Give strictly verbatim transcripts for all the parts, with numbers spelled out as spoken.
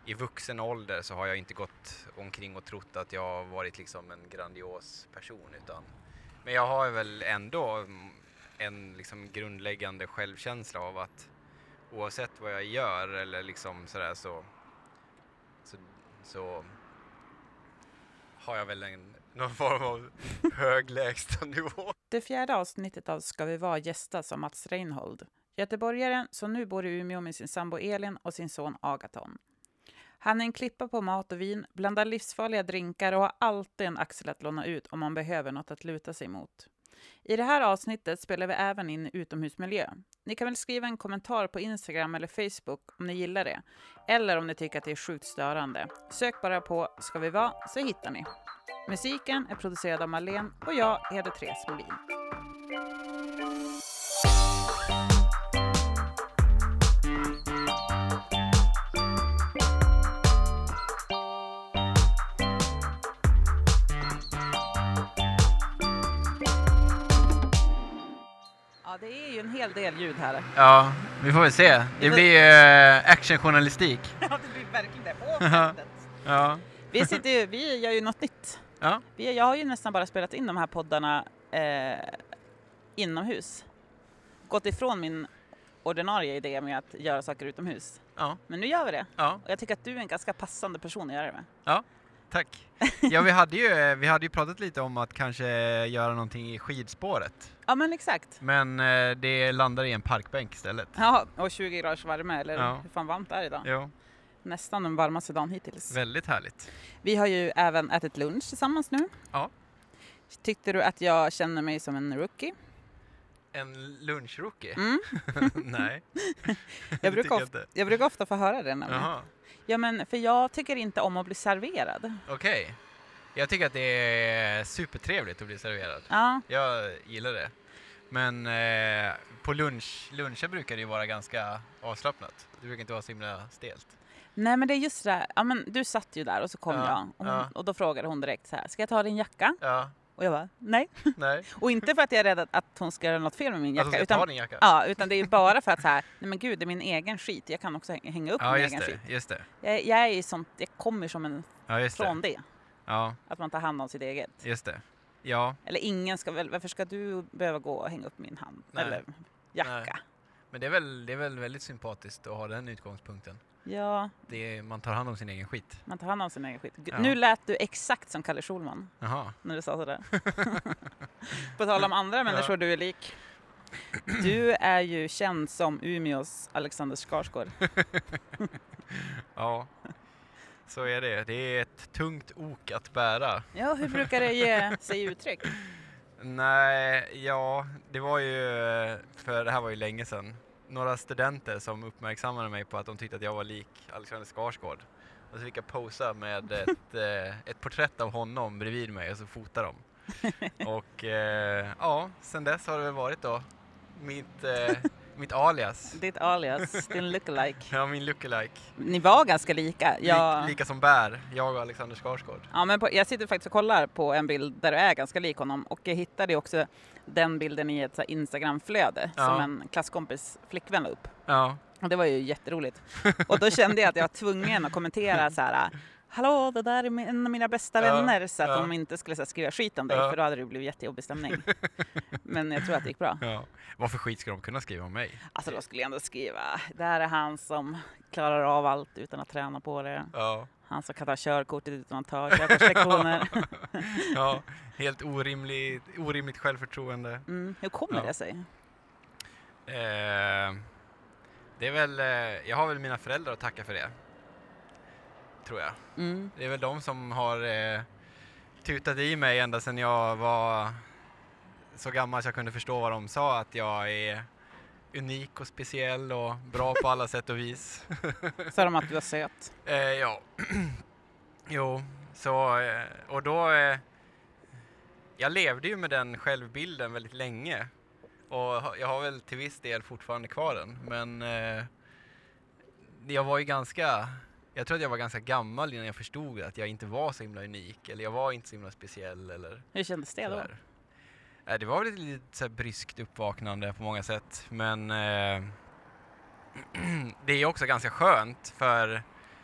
i vuxen ålder så har jag inte gått omkring och trott att jag har varit liksom en grandios person, utan men jag har väl ändå en liksom grundläggande självkänsla av att oavsett vad jag gör eller liksom sådär så, så, så har jag väl en, någon form av hög lägsta nivå. Det fjärde avsnittet av Ska vi vara gästas av Mats Reinhold. Göteborgaren som nu bor i Umeå med sin sambo Elin och sin son Agaton. Han är en klippa på mat och vin, blandar livsfarliga drinkar och har alltid en axel att låna ut om man behöver något att luta sig mot. I det här avsnittet spelar vi även in utomhusmiljö. Ni kan väl skriva en kommentar på Instagram eller Facebook om ni gillar det. Eller om ni tycker att det är sjukt störande. Sök bara på Ska vi vara så hittar ni. Musiken är producerad av Marlene och jag heter Therese Molin. Ja, det är ju en hel del ljud här. Ja, vi får väl se. Det blir uh, actionjournalistik. Ja, det blir verkligen det. På fältet. Ja. Vi, sitter ju, vi gör ju något nytt. Ja. Vi, jag har ju nästan bara spelat in de här poddarna eh, inomhus. Gått ifrån min ordinarie idé med att göra saker utomhus. Ja. Men nu gör vi det. Ja. Och jag tycker att du är en ganska passande person att göra det med. Ja, tack. Ja, vi hade ju vi hade ju pratat lite om att kanske göra någonting i skidspåret. Ja, men exakt. Men eh, det landar i en parkbänk istället. Ja, och tjugo graders värme, eller Ja. hur fan varmt är det idag? Jo, Nästan den varmaste dagen hittills. väldigt härligt. Vi har ju även ätit lunch tillsammans nu. Ja. Tyckte du att jag känner mig som en rookie? En lunchrookie? Mm. Nej. Jag brukar, tycker ofta, inte. jag brukar ofta få höra det nämligen. Jaha, Ja, men för jag tycker inte om att bli serverad. okej. Jag tycker att det är supertrevligt att bli serverad. Ja, Jag gillar det. Men eh, på lunch, luncher brukar det ju vara ganska avslappnat. Det brukar inte vara så himla stelt. nej men det är just det här. Ja, men du satt ju där och så kom Ja, jag. Och, hon, ja. och då frågade hon direkt så här, ska jag ta din jacka? Ja, Och jag bara, nej. nej. Och inte för att jag är rädd att, att hon ska göra något fel med min jacka. Alltså ska utan, ta din jacka? ja, utan det är bara för att så här, nej men gud, det är min egen skit. Jag kan också hänga upp Ja, min just egen det, skit. just det. Jag, jag är ju sånt, jag kommer som en Ja, just från det. det. Ja, Att man tar hand om sitt eget. just det. Ja, Eller ingen ska väl, varför ska du behöva gå och hänga upp min hand? Nej. Eller jacka? Nej. men det är, väl, det är väl väldigt sympatiskt att ha den utgångspunkten. Ja, Det är, man tar hand om sin egen skit. man tar hand om sin egen skit. G- Ja. Nu lät du exakt som Kalle Schulman Jaha. när du sa sådär. På tal om andra människor Ja. du är lik. Du är ju känd som Umeås Alexander Skarsgård. Ja, så är det. Det är ett tungt ok att bära. Ja, hur brukar det ge sig uttryck? Nej, ja, det var ju, för det här var ju länge sedan, några studenter som uppmärksammade mig på att de tyckte att jag var lik Alexander Skarsgård. Och så fick jag posa med ett, eh, ett porträtt av honom bredvid mig och så fotade de. Och eh, ja, sen dess har det väl varit då mitt, eh, mitt alias. Ditt alias, din lookalike. Ja, min lookalike. Ni var ganska lika. Jag, Lik, lika som bär, jag och Alexander Skarsgård. ja, men på, jag sitter faktiskt och kollar på en bild där du är ganska lik honom. Och jag hittade också den bilden i ett så här Instagram-flöde Ja. som en klasskompis flickvän la upp. Ja, Och det var ju jätteroligt. Och då kände jag att jag var tvungen att kommentera så här: hallå, det där är min- en av mina bästa Ja, vänner. Så att ja. de inte skulle så här, skriva skit om dig, Ja. för då hade det blivit jättejobbig stämning. Men jag tror att det gick bra. ja. Varför skit ska de kunna skriva om mig? Alltså då skulle jag ändå skriva: det här är han som klarar av allt utan att träna på det. Ja, Han som kan ta körkortet utan att ta körkortslektioner. ja. Helt orimligt, orimligt självförtroende. Mm. Hur kommer Ja. det sig? Eh, det är väl, eh, jag har väl mina föräldrar att tacka för det. Tror jag. Mm. Det är väl de som har eh, tutat i mig ända sedan jag var så gammal så jag kunde förstå vad de sa, att jag är unik och speciell och bra på alla sätt och vis. Sa de att du var söt? Eh, ja, jo, så, eh, och då, eh, jag levde ju med den självbilden väldigt länge och ha- jag har väl till viss del fortfarande kvar den, men eh, jag var ju ganska, jag tror att jag var ganska gammal innan jag förstod att jag inte var så himla unik, eller jag var inte så himla speciell eller Hur kändes det då? sådär. Eh, det var väl ett lite så här bryskt uppvaknande på många sätt, men eh, det är också ganska skönt, för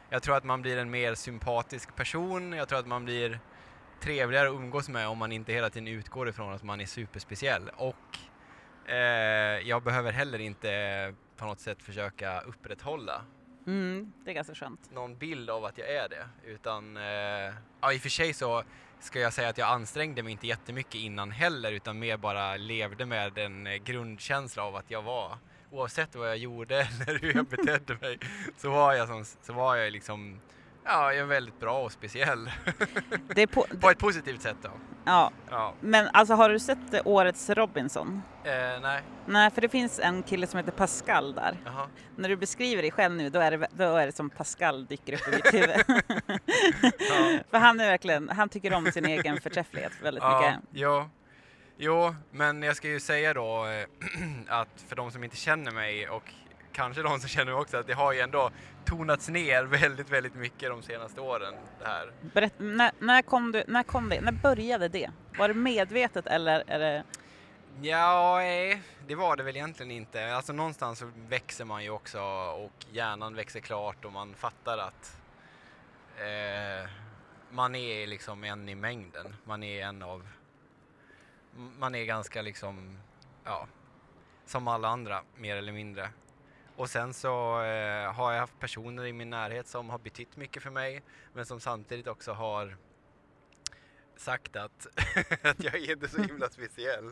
jag tror att man blir en mer sympatisk person. Jag tror att man blir trevligare att umgås med om man inte hela tiden utgår ifrån att man är superspeciell. Och eh, jag behöver heller inte på något sätt försöka upprätthålla Mm, det är ganska skönt. någon bild av att jag är det. Utan, eh, ja, i och för sig så ska jag säga att jag ansträngde mig inte jättemycket innan heller, utan mer bara levde med en eh, grundkänsla av att jag var, oavsett vad jag gjorde eller hur jag betedde mig, så var jag, som, så var jag liksom, ja, jag är väldigt bra och speciell. Det är på, På ett positivt sätt då. ja. Ja. Men alltså, har du sett eh, årets Robinson? Eh, nej. Nej, för det finns en kille som heter Pascal där. Jaha. När du beskriver dig själv nu, då är det, då är det som Pascal dyker upp i mitt huvud. Ja. För han är verkligen, han tycker om sin egen förträfflighet väldigt Ja, mycket. jo. Jo, men jag ska ju säga då eh, att för de som inte känner mig och kanske de som känner mig också, att det har ju ändå tonats ner väldigt, väldigt mycket de senaste åren det här. Berätt, när, när, kom du, när kom det? När började det? Var det medvetet eller är det... Ja, eh, det var det väl egentligen inte. Alltså någonstans så växer man ju också och hjärnan växer klart och man fattar att eh, man är liksom en i mängden. Man är en av, man är ganska liksom, ja, som alla andra mer eller mindre. Och sen så eh, har jag haft personer i min närhet som har betytt mycket för mig, men som samtidigt också har sagt att, att jag är inte så himla speciell.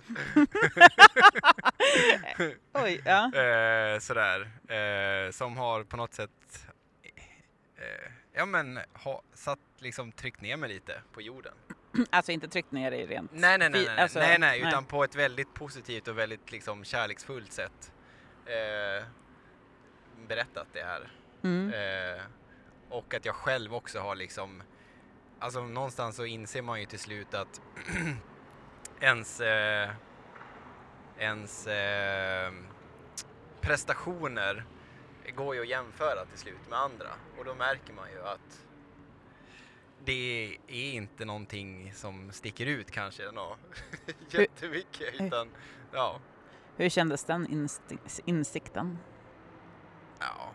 Oj, ja. eh, sådär. Eh, som har på något sätt eh, ja men ha, satt liksom tryckt ner mig lite på jorden. Alltså inte tryckt ner dig rent. Nej nej nej, nej, Alltså, nej, nej, nej. utan på ett väldigt positivt och väldigt liksom kärleksfullt sätt. Eh, berättat det här. Mm. Eh, och att jag själv också har liksom, alltså någonstans så inser man ju till slut att ens eh, ens eh, prestationer går ju att jämföra till slut med andra, och då märker man ju att det är inte någonting som sticker ut kanske nå jättemycket, utan ja. Hur kändes den insti- insikten? Ja.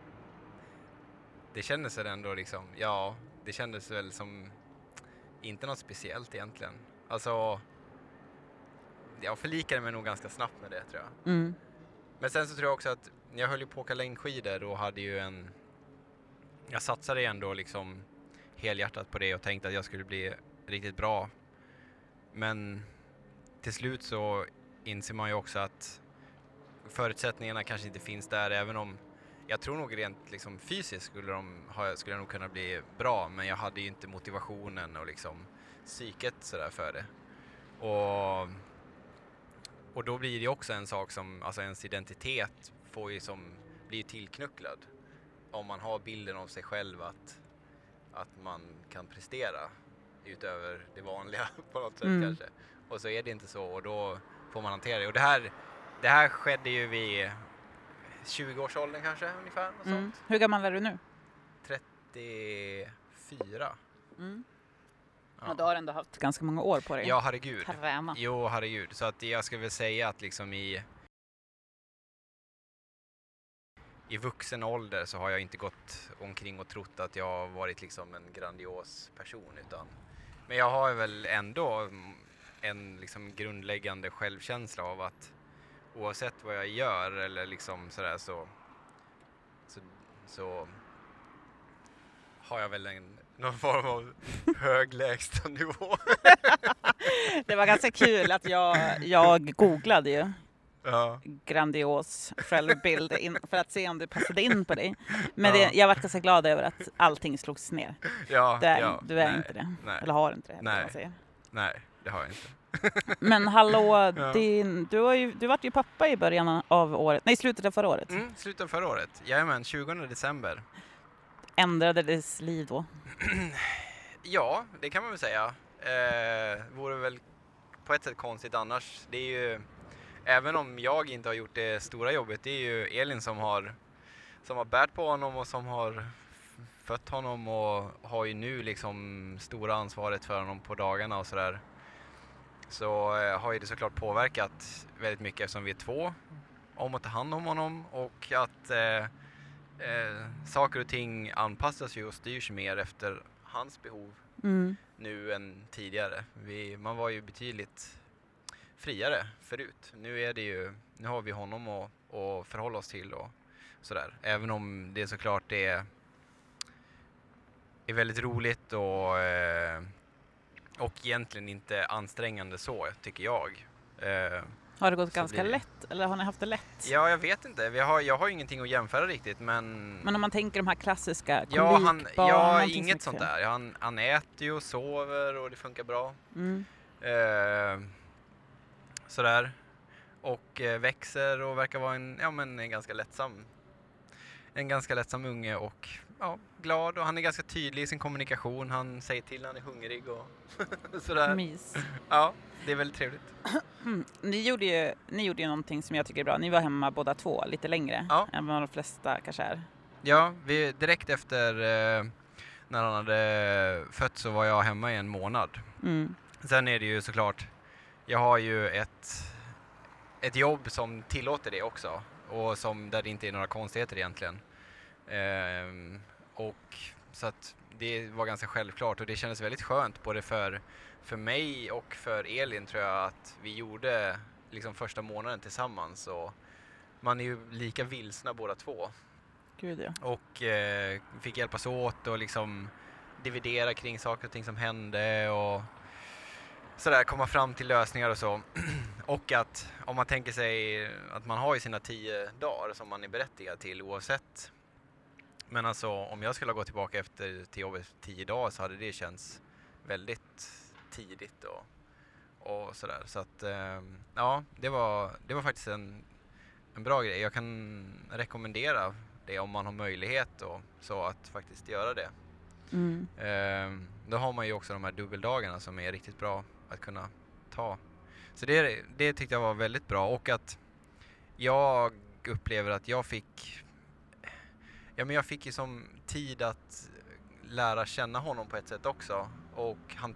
Det kändes väl ändå liksom, ja, det kändes väl som inte något speciellt egentligen. Alltså, jag förlikade mig nog ganska snabbt med det, tror jag. Mm. Men sen så tror jag också att jag höll ju på att åka längdskidor och hade ju en, jag satsade ändå liksom helhjärtat på det och tänkte att jag skulle bli riktigt bra. Men till slut så inser man ju också att förutsättningarna kanske inte finns där, även om jag tror nog rent liksom fysiskt skulle, de ha, skulle jag nog kunna bli bra, men jag hade ju inte motivationen och liksom psyket sådär för det. Och, och då blir det också en sak som, alltså ens identitet får ju som, blir tillknucklad om man har bilden av sig själv att, att man kan prestera utöver det vanliga på något sätt Mm. kanske. Och så är det inte så, och då får man hantera det. Och det här, det här skedde ju vid tjugo-årsåldern kanske, ungefär. Något Mm. sånt. Hur gammal är du nu? trettiofyra. Mm. Ja. Ja, du har ändå haft ganska många år på dig. Ja, herregud. Träna. Jo, herregud. Så att jag skulle väl säga att liksom i i vuxen ålder så har jag inte gått omkring och trott att jag har varit liksom en grandios person, utan men jag har väl ändå en liksom grundläggande självkänsla av att oavsett vad jag gör eller liksom sådär så så, så har jag väl en någon form av hög lägsta nivå. Det var ganska kul att jag, jag googlade ju Ja. grandios självbild in, för att se om det passade in på dig. Men Ja. det, jag var ganska glad över att allting slogs ner. Ja, Du är, ja, du är nej, inte det. Nej, Eller har inte det. eller Nej. vad man säger. nej, det har jag inte. Men hallå, Ja. din, du, var ju, du var ju pappa i början av året. Nej, slutet av förra året. Mm, slutet av förra året. Jajamän, tjugonde december. Ändrade ditt liv då? Ja, det kan man väl säga. Eh, vore väl på ett sätt konstigt annars. Det är ju, även om jag inte har gjort det stora jobbet, det är ju Elin som har, som har bärt på honom och som har fött honom och har ju nu liksom stora ansvaret för honom på dagarna och sådär. Så eh, har ju det såklart påverkat väldigt mycket eftersom vi är två om att ta hand om honom, och att eh, eh, saker och ting anpassas ju och styrs mer efter hans behov Mm. nu än tidigare. Vi, man var ju betydligt friare förut. Nu är det ju, nu har vi honom att, att förhålla oss till och sådär. Även om det såklart det är, är väldigt roligt och, eh, och egentligen inte ansträngande så, tycker jag. Eh, Har det gått så ganska blir det- lätt, eller har ni haft det lätt? Ja, jag vet inte. Vi har, jag har ju ingenting att jämföra riktigt, men... Men om man tänker de här klassiska ja, han, kolikbarn, ja någonting som är inget sånt kul. där. Han, han äter ju och sover och det funkar bra. Mm. Eh, sådär. Och eh, växer och verkar vara en, ja, men en ganska lättsam en ganska lättsam unge och ja, glad, och han är ganska tydlig i sin kommunikation. Han säger till när han är hungrig och sådär. Mys. Ja, det är väldigt trevligt. Mm. Ni, gjorde ju, ni gjorde ju någonting som jag tycker är bra. Ni var hemma båda två lite längre Ja. än vad de flesta kanske är. Ja, vi, direkt efter eh, när han hade fött så var jag hemma i en månad. Mm. Sen är det ju såklart, jag har ju ett, ett jobb som tillåter det också. Och som, där det inte är några konstigheter egentligen. Ehm, och så att det var ganska självklart och det kändes väldigt skönt både för, för mig och för Elin, tror jag, att vi gjorde liksom första månaden tillsammans. Och man är ju lika vilsna båda två. Gud ja. Och eh, fick hjälpas åt och liksom dividera kring saker och ting som hände och sådär, komma fram till lösningar och så. Och att om man tänker sig att man har ju sina tio dagar som man är berättigad till oavsett. Men alltså om jag skulle gå tillbaka efter till jobbet tio dagar så hade det känts väldigt tidigt och, och sådär. Så att eh, ja, det var, det var faktiskt en, en bra grej. Jag kan rekommendera det om man har möjlighet och så att faktiskt göra det. Mm. Eh, då har man ju också de här dubbeldagarna som är riktigt bra att kunna ta. Så det, det tyckte jag var väldigt bra, och att jag upplever att jag fick ja men jag fick ju som tid att lära känna honom på ett sätt också, och han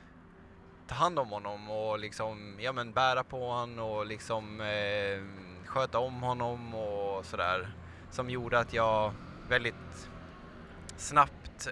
ta hand om honom och liksom ja men bära på honom och liksom eh, sköta om honom och sådär, som gjorde att jag väldigt snabbt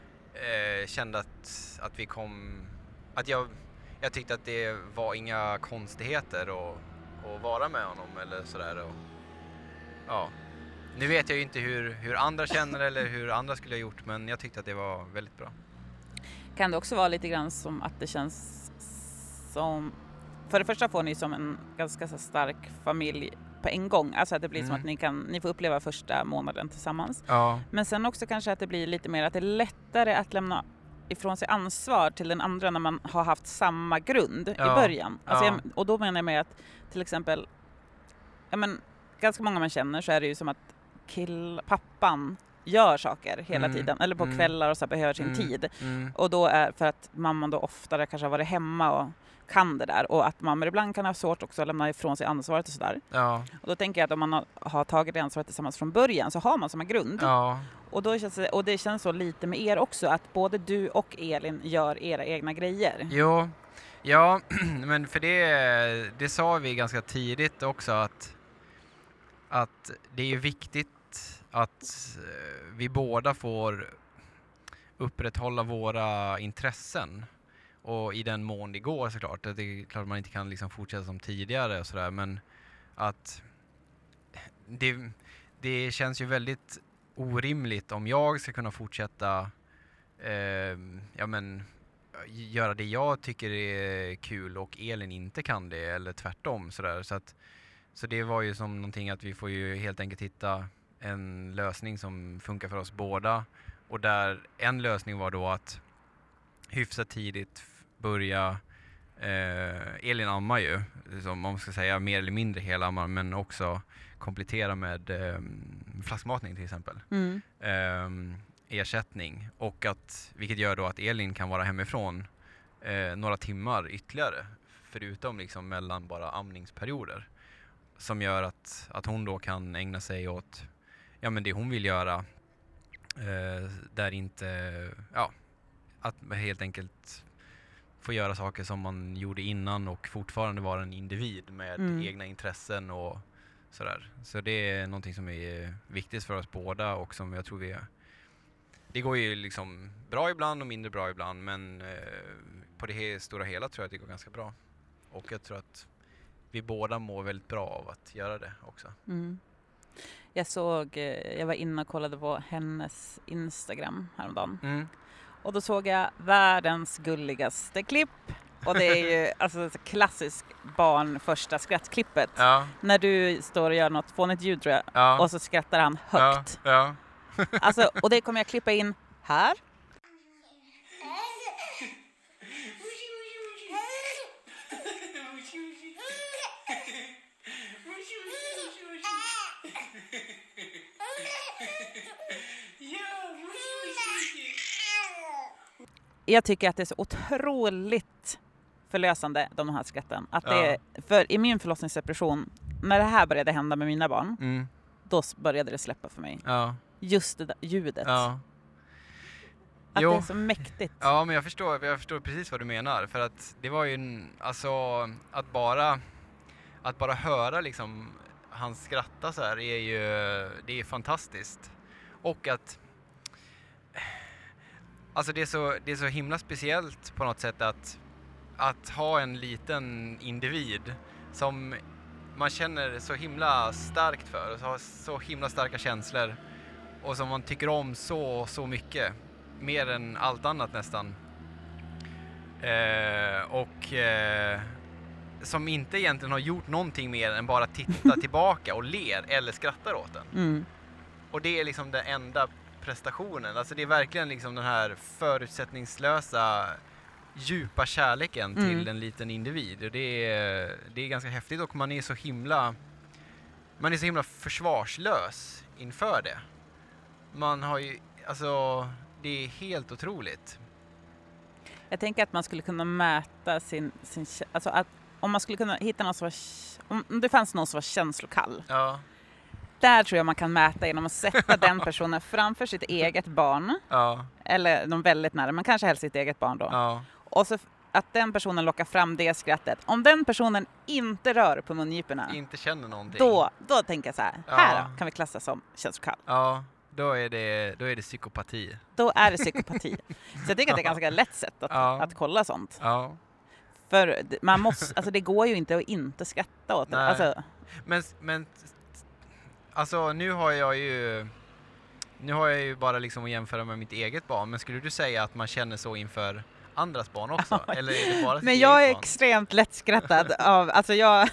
eh, kände att, att vi kom att jag jag tyckte att det var inga konstigheter att, att vara med honom eller sådär. Och, ja. Nu vet jag ju inte hur, hur andra känner eller hur andra skulle ha gjort, men jag tyckte att det var väldigt bra. Kan det också vara lite grann som att det känns som... För det första får ni som en ganska så stark familj på en gång. Alltså att det blir Mm. som att ni kan ni får uppleva första månaden tillsammans. Ja. Men sen också kanske att det blir lite mer att det är lättare att lämna ifrån sig ansvar till den andra när man har haft samma grund Ja. i början. Alltså Ja. jag, och då menar jag med att till exempel, ja men, ganska många man känner så är det ju som att kill, pappan gör saker hela Mm. tiden. Eller på Mm. kvällar och så här behöver sin Mm. tid. Mm. Och då är för att mamman då oftare kanske har varit hemma och kan det där. Och att mammor ibland kan ha svårt också att lämna ifrån sig ansvaret och sådär. Ja. Och då tänker jag att om man har, har tagit det ansvaret tillsammans från början så har man samma grund. Ja. Och, då känns det, och det känns så lite med er också att både du och Elin gör era egna grejer. Jo, ja, men för det, det sa vi ganska tidigt också, att, att det är viktigt att eh, vi båda får upprätthålla våra intressen. Och i den mån det går såklart. Det är klart man inte kan liksom fortsätta som tidigare och sådär, men att det, det känns ju väldigt orimligt om jag ska kunna fortsätta eh, ja men göra det jag tycker är kul och Elin inte kan det, eller tvärtom sådär. Så att så det var ju som någonting att vi får ju helt enkelt hitta en lösning som funkar för oss båda, och där en lösning var då att hyfsat tidigt börja eh, Elin ammar ju, som man ska säga mer eller mindre hela ammar, men också komplettera med eh, flaskmatning till exempel. Mm. Eh, ersättning, och att, vilket gör då att Elin kan vara hemifrån eh, några timmar ytterligare, förutom liksom mellan bara amningsperioder, som gör att, att hon då kan ägna sig åt ja, men det hon vill göra, eh, där inte ja, att helt enkelt få göra saker som man gjorde innan och fortfarande vara en individ med Mm. egna intressen och Sådär. Så det är någonting som är viktigt för oss båda och som jag tror vi är. Det går ju liksom bra ibland och mindre bra ibland, men eh, på det he- stora hela tror jag att det går ganska bra. Och jag tror att vi båda mår väldigt bra av att göra det också. Mm. Jag såg, eh, jag var inne och kollade på hennes Instagram häromdagen. Mm. Och då såg jag världens gulligaste klipp. Och det är ju alltså ett klassiskt barn första skrattklippet. Ja, När du står och gör något fånigt ljud tror jag. ja, Och så skrattar han högt. ja, ja. Alltså, och det kommer jag klippa in här. Jag tycker att det är så otroligt förlösande, de här skratten. Att det är, för i min förlossningsdepression, när det här började hända med mina barn, Mm. då började det släppa för mig. Ja, Just det där ljudet. ja. Att Jo. det är så mäktigt. Ja, men jag förstår, jag förstår precis vad du menar. För att det var ju en, alltså att bara, att bara höra liksom han skratta så här är ju, det är fantastiskt. Och att, alltså det är så, det är så himla speciellt på något sätt att, att ha en liten individ som man känner så himla starkt för och har så himla starka känslor och som man tycker om så, så mycket. Mer än allt annat nästan. Eh, och eh, som inte egentligen har gjort någonting mer än bara titta tillbaka och ler eller skrattar åt den. Mm. Och det är liksom den enda prestationen. Alltså det är verkligen liksom den här förutsättningslösa djupa kärleken Mm. till en liten individ. Och det är, det är ganska häftigt och man är så himla man är så himla försvarslös inför det. Man har ju, alltså det är helt otroligt. Jag tänker att man skulle kunna mäta sin, sin alltså att om man skulle kunna hitta någon som var, om det fanns någon som var känslokall. Ja, Där tror jag man kan mäta genom att sätta den personen framför sitt eget barn. ja, Eller de väldigt nära, men kanske helst sitt eget barn då. ja, Och så att den personen lockar fram det skrattet. Om den personen inte rör på mungiporna, inte känner någonting. då, då tänker jag så här, Ja. här då, kan vi klassa som känslokall. Ja, då är det, då är det psykopati. Då är det psykopati. Så jag tycker att det är ett ganska lätt sätt att, Ja. att kolla sånt. Ja. För det- man måste, alltså det går ju inte att inte skratta åt det. Nej. Alltså, Men, men alltså nu har jag ju nu har jag ju bara liksom att jämföra med mitt eget barn, men skulle du säga att man känner så inför andras barn också? Eller är det bara sitt men jag är eget barn? extremt lättskrattad av, alltså jag,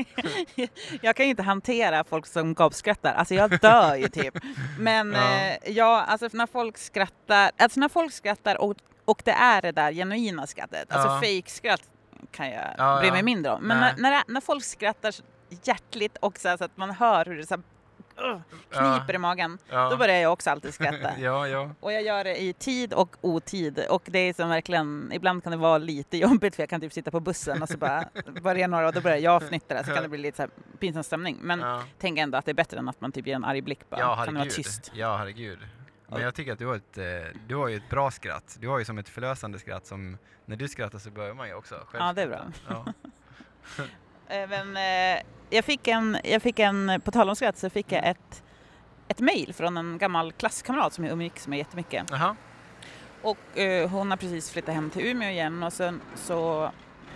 jag kan ju inte hantera folk som gapskrattar, alltså jag dör ju typ. Men Ja. eh, ja, alltså när folk skrattar, alltså när folk skrattar och, och det är det där genuina skrattet, alltså Ja. fake-skratt kan jag Ja, bry ja. mig mindre om. Men Nej. när, när, när folk skrattar hjärtligt och så, här, så att man hör hur det så här, uh, kniper i magen, Ja. då börjar jag också alltid skratta. Ja, ja. Och jag gör det i tid och otid. Och det är som verkligen, ibland kan det vara lite jobbigt för jag kan typ sitta på bussen och så bara börjar några och då börjar jag fnittra så kan det bli lite så här pinsam stämning. Men Ja. tänk ändå att det är bättre än att man typ ger en arg blick bara. Ja, Kan det vara herregud. tyst? Ja, herregud. Men jag tycker att du har ett, eh, du har ju ett bra skratt. Du har ju som ett förlösande skratt som när du skrattar så börjar man ju också själv Ja, det är bra. skratta. Ja. Eh, Men eh, jag fick en, jag fick en, på tal om skratt så fick jag ett, ett mejl från en gammal klasskamrat som jag umgicks med jättemycket. Jaha. Och eh, hon har precis flyttat hem till Umeå igen och sen så,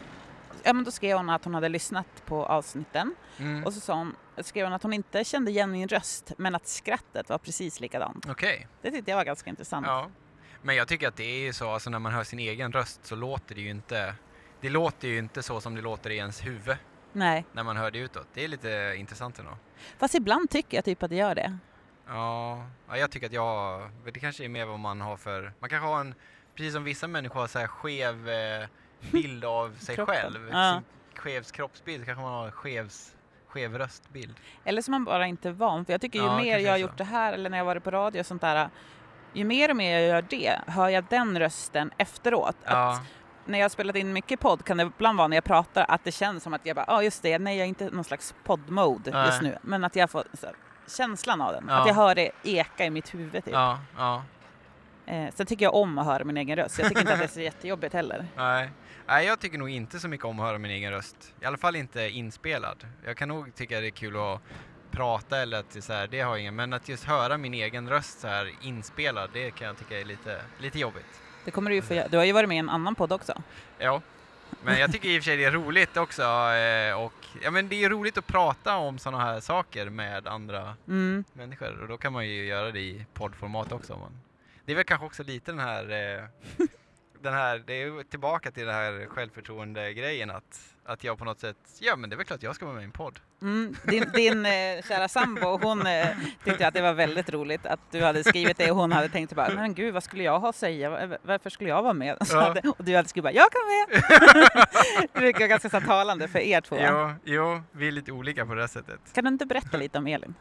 ja men då skrev hon att hon hade lyssnat på avsnitten. Mm. Och så sa hon, skrev hon att hon inte kände igen min röst men att skrattet var precis likadant. Okej. Det tyckte jag var ganska intressant. Ja. Men jag tycker att det är ju så, alltså när man hör sin egen röst så låter det ju inte, det låter ju inte så som det låter i ens huvud Nej, när man hör det utåt. Det är lite intressant ändå. fast ibland tycker jag typ att det gör det. Ja, ja jag tycker att jag, det kanske är mer vad man har för, man kanske har en, precis som vissa människor har så här skev eh, bild av sig Kroppen. själv. Ja. Sin skevs kroppsbild kanske man har skevs, skev röstbild. Eller som man bara inte är van. För jag tycker ju Ja, mer kanske jag har är så. gjort det här eller när jag varit på radio och sånt där. Ju mer och mer jag gör det, hör jag den rösten efteråt. Ja, Att när jag har spelat in mycket podd kan det ibland vara när jag pratar att det känns som att jag bara, ja ah, just det, nej jag är inte i någon slags podd-mode Nej. just nu. Men att jag får så här, känslan av den. Ja. Att jag hör det eka i mitt huvud typ. ja, ja. Eh, sen tycker jag om att höra min egen röst. Jag tycker inte att det är så jättejobbigt heller. Nej. Nej, jag tycker nog inte så mycket om att höra min egen röst. I alla fall inte inspelad. Jag kan nog tycka det är kul att prata eller att så här, det har jag ingen, men att just höra min egen röst så här inspelad, det kan jag tycka är lite, lite jobbigt. Det kommer du ju få göra. Du har ju varit med i en annan podd också. Ja, men jag tycker i och för sig det är roligt också eh, och ja, men det är roligt att prata om sådana här saker med andra Mm. människor och då kan man ju göra det i poddformat också. Man. Det är väl kanske också lite den här, eh, den här, det är ju tillbaka till den här självförtroende-grejen att, att jag på något sätt, ja men det är väl klart att jag ska vara med i en podd. Mm. Din, din eh, kära sambo, hon eh, tyckte att det var väldigt roligt att du hade skrivit det och hon hade tänkt bara, men gud vad skulle jag ha att säga, Va- varför skulle jag vara med? Så Ja. hade, och du hade skrivit bara, jag kan med! Det är ganska så talande för er två. Jo, jo, vi är lite olika på det här sättet. Kan du inte berätta lite om Elin?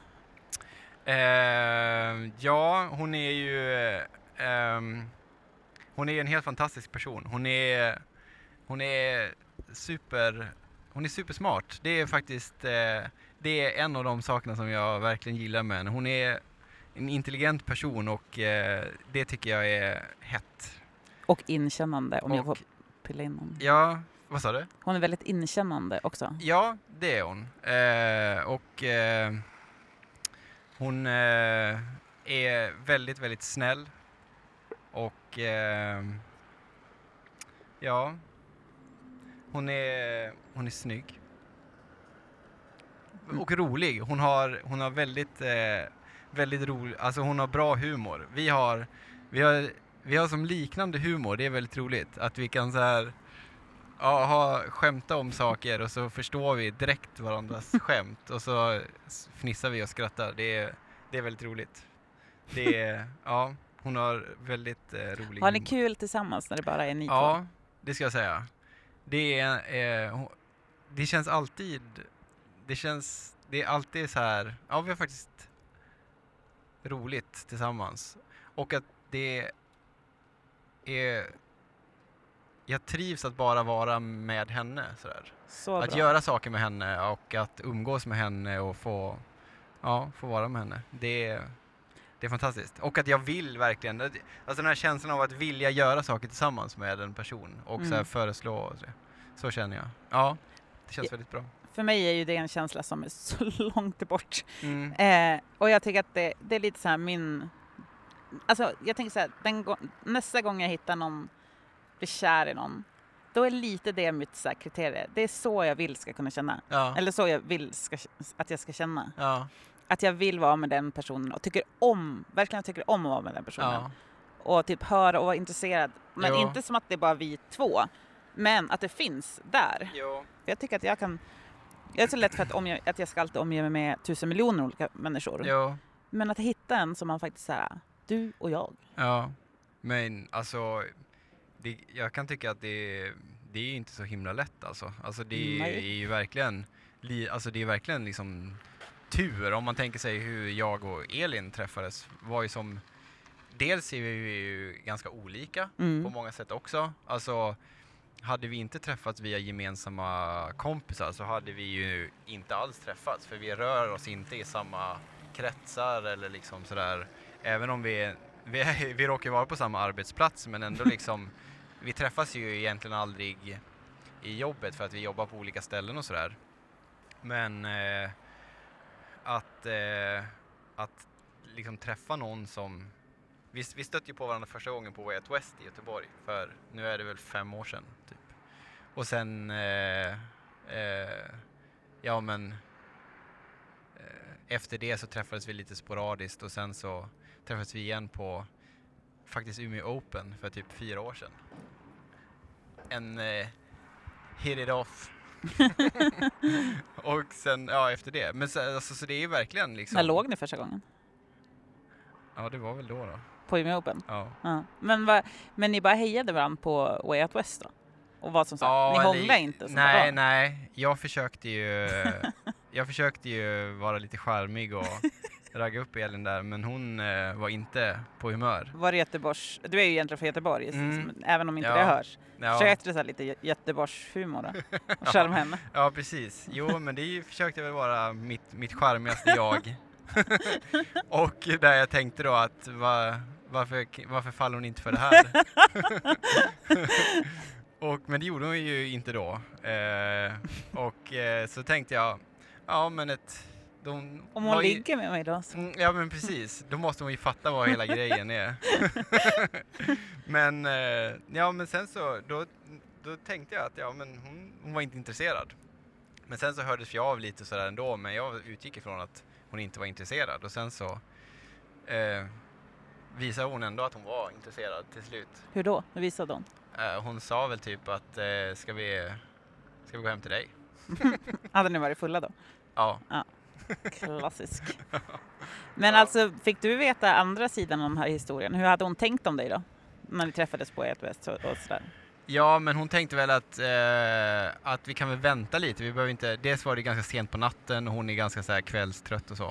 Eh, ja, hon är ju eh, ehm, hon är en helt fantastisk person. Hon är hon är super hon är supersmart. Det är faktiskt eh, det är en av de sakerna som jag verkligen gillar med henne. Hon är en intelligent person och eh, det tycker jag är hett. Och inkännande, om Och- jag får pilla in någon. Ja, vad sa du? Hon är väldigt inkännande också. Ja, det är hon. Eh, och eh, hon eh, är väldigt, väldigt snäll. Och eh, ja, hon är, hon är snygg. Och rolig. Hon har, hon har väldigt, eh, väldigt rolig, alltså hon har bra humor. Vi har, vi har, vi har som liknande humor, det är väldigt roligt. Att vi kan så här, ja, ha, skämta om saker och så förstår vi direkt varandras skämt och så s- fnissar vi och skrattar. Det är, det är väldigt roligt. Det är, ja, hon har väldigt eh, rolig Har ni humor. kul tillsammans när det bara är ni två? Ja, det ska jag säga. Det är, eh, hon- det känns alltid, det känns, det är alltid så här, ja vi har faktiskt roligt tillsammans. Och att det är, jag trivs att bara vara med henne sådär. Så Att bra. göra saker med henne och att umgås med henne och få, ja, få vara med henne. Det är, det är fantastiskt. Och att jag vill verkligen, alltså den här känslan av att vilja göra saker tillsammans med en person och så här Mm. föreslå och så, så känner jag. Ja, det känns Ja. väldigt bra. För mig är ju det en känsla som är så långt bort. Mm. Eh, och jag tycker att det, det är lite så här min... Alltså jag tänker så här, den gå- nästa gång jag hittar någon, blir kär i någon, då är lite det mitt så här kriterie. Det är så jag vill ska kunna känna. Ja, Eller så jag vill ska, att jag ska känna. ja, Att jag vill vara med den personen och tycker om, verkligen tycker om att vara med den personen. ja, Och typ höra och vara intresserad. Men Jo. inte som att det är bara vi två. Men att det finns där. jo, För jag tycker att jag kan... Jag är så lätt för att, omge, att jag ska alltid omge mig med tusen miljoner olika människor. jo, Men att hitta en som man faktiskt säger, du och jag. ja. Men alltså, det, jag kan tycka att det, det är inte så himla lätt alltså. Alltså det Nej. är ju verkligen, li, alltså det är verkligen liksom tur. Om man tänker sig hur jag och Elin träffades var ju som, dels är vi ju ganska olika Mm. på många sätt också. Alltså hade vi inte träffats via gemensamma kompisar så hade vi ju inte alls träffats, för vi rör oss inte i samma kretsar eller liksom sådär. Även om vi, vi, vi råkar vara på samma arbetsplats, men ändå liksom, vi träffas ju egentligen aldrig i jobbet för att vi jobbar på olika ställen och sådär. Men eh, att, eh, att liksom träffa någon som, vi, vi stötte ju på varandra första gången på Way Out West i Göteborg för, nu är det väl fem år sedan typ. Och sen, eh, eh, ja men, eh, efter det så träffades vi lite sporadiskt och sen så träffades vi igen på faktiskt Umeå Open för typ fyra år sedan. En eh, hit it off. Och sen, ja efter det. Men så, alltså, så det är ju verkligen liksom. När låg ni första gången? Ja det var väl då då. På Umeå Open? Ja. Ja. Men, va, men ni bara hejade varandra på Way Out West då? Och vad som sagt, Ja, ni eller- hånglade inte? Som Nej, det var. nej. Jag försökte ju jag försökte ju vara lite charmig och ragga upp Elin där, men hon eh, var inte på humör. Var det Göteborgs... Du är ju egentligen från Göteborg, Mm. som, även om inte Ja. det hörs. Ja, Försökte du så här lite Gö- Göteborgshumor då? Och charm henne? ja precis. Jo, men det är ju- försökte väl vara mitt, mitt charmigaste jag. Och där jag tänkte då att va, varför, varför faller hon inte för det här? Och, men det gjorde hon ju inte då. Eh, och eh, så tänkte jag, ja men ett de Om var hon ju- ligger med mig då. Så. Mm, ja men precis, då måste hon ju fatta vad hela grejen är. men eh, ja men sen så då, då tänkte jag att ja men hon, hon var inte intresserad. Men sen så hördes jag av lite sådär ändå, men jag utgick ifrån att hon inte var intresserad och sen så eh, visade hon ändå att hon var intresserad till slut. Hur då? Hur visade hon? Eh, hon sa väl typ att eh, ska vi ska vi gå hem till dig? Hade ni varit fulla då? Ja. Klassisk. Men Ja. alltså, fick du veta andra sidan om den här historien? Hur hade hon tänkt om dig då? När ni träffades på ett väst och, och sådär. Ja, men hon tänkte väl att, eh, att vi kan väl vänta lite. Vi behöver inte, dels var det ganska sent på natten och hon är ganska så här kvällstrött och så.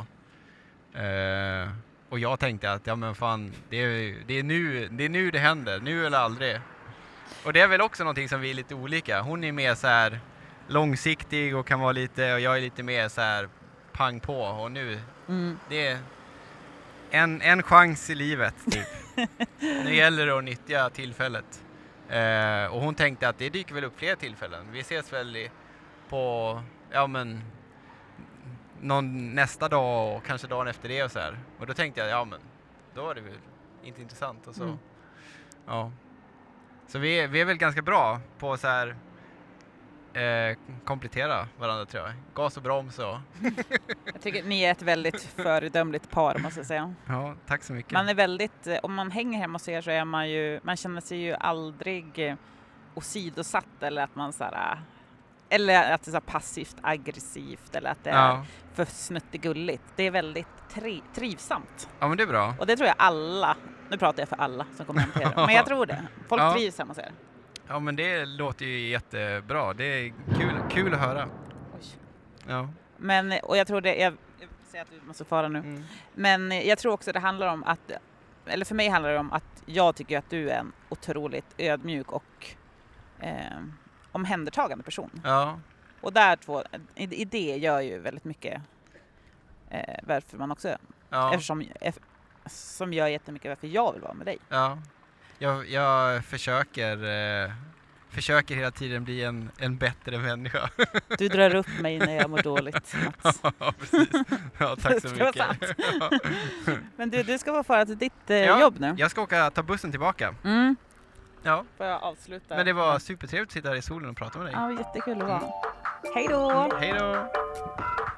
Eh, och jag tänkte att ja men fan, det är, det, är nu, det är nu det händer, nu eller aldrig. Och det är väl också någonting som vi är lite olika. Hon är mer så här långsiktig och kan vara lite, och jag är lite mer så här pang på. Och nu, Mm. det är en, en chans i livet typ. Nu gäller det att nyttja tillfället. Eh, och hon tänkte att det dyker väl upp fler tillfällen. Vi ses väl i, på, ja men, någon nästa dag och kanske dagen efter det och så här. Och då tänkte jag, ja men, då är det väl inte intressant och så. Mm. Ja. Så vi är, vi är väl ganska bra på så här eh, komplettera varandra tror jag. Gas och broms och... Jag tycker ni är ett väldigt föredömligt par, måste jag säga. Ja, tack så mycket. Man är väldigt, eh, om man hänger hemma hos er så är man ju, man känner sig ju aldrig eh, åsidosatt eller att man så här, eh, eller att det är så här passivt aggressivt eller att det är Ja. för snuttigulligt. Det är väldigt tri- trivsamt. Ja, men det är bra. Och det tror jag alla, nu pratar jag för alla som kommer hem till er, men jag tror det. Folk Ja. trivs hemma hos er. Ja, men det låter ju jättebra. Det är kul, kul att höra. Oj. Ja. Men, och jag tror det, jag, jag säger att vi måste fara nu. Mm. Men jag tror också det handlar om att, eller för mig handlar det om att jag tycker att du är en otroligt ödmjuk och eh, omhändertagande person. Ja. Och där två, i, i det gör ju väldigt mycket eh, varför man också, Ja. eftersom, eff, som gör jättemycket varför jag vill vara med dig. Ja. Jag, jag försöker, eh, försöker hela tiden bli en, en bättre människa. Du drar upp mig när jag mår dåligt, Mats. Ja, precis. Ja, tack så Det var mycket. sant. Ja. Men du, du ska få fara till ditt eh, Ja, jobb nu. Jag ska åka ta bussen tillbaka. Mm. Ja. Får jag avsluta? Men det var supertrevligt att sitta här i solen och prata med dig. Ja, jättekul att vara. Hej då! Hej då!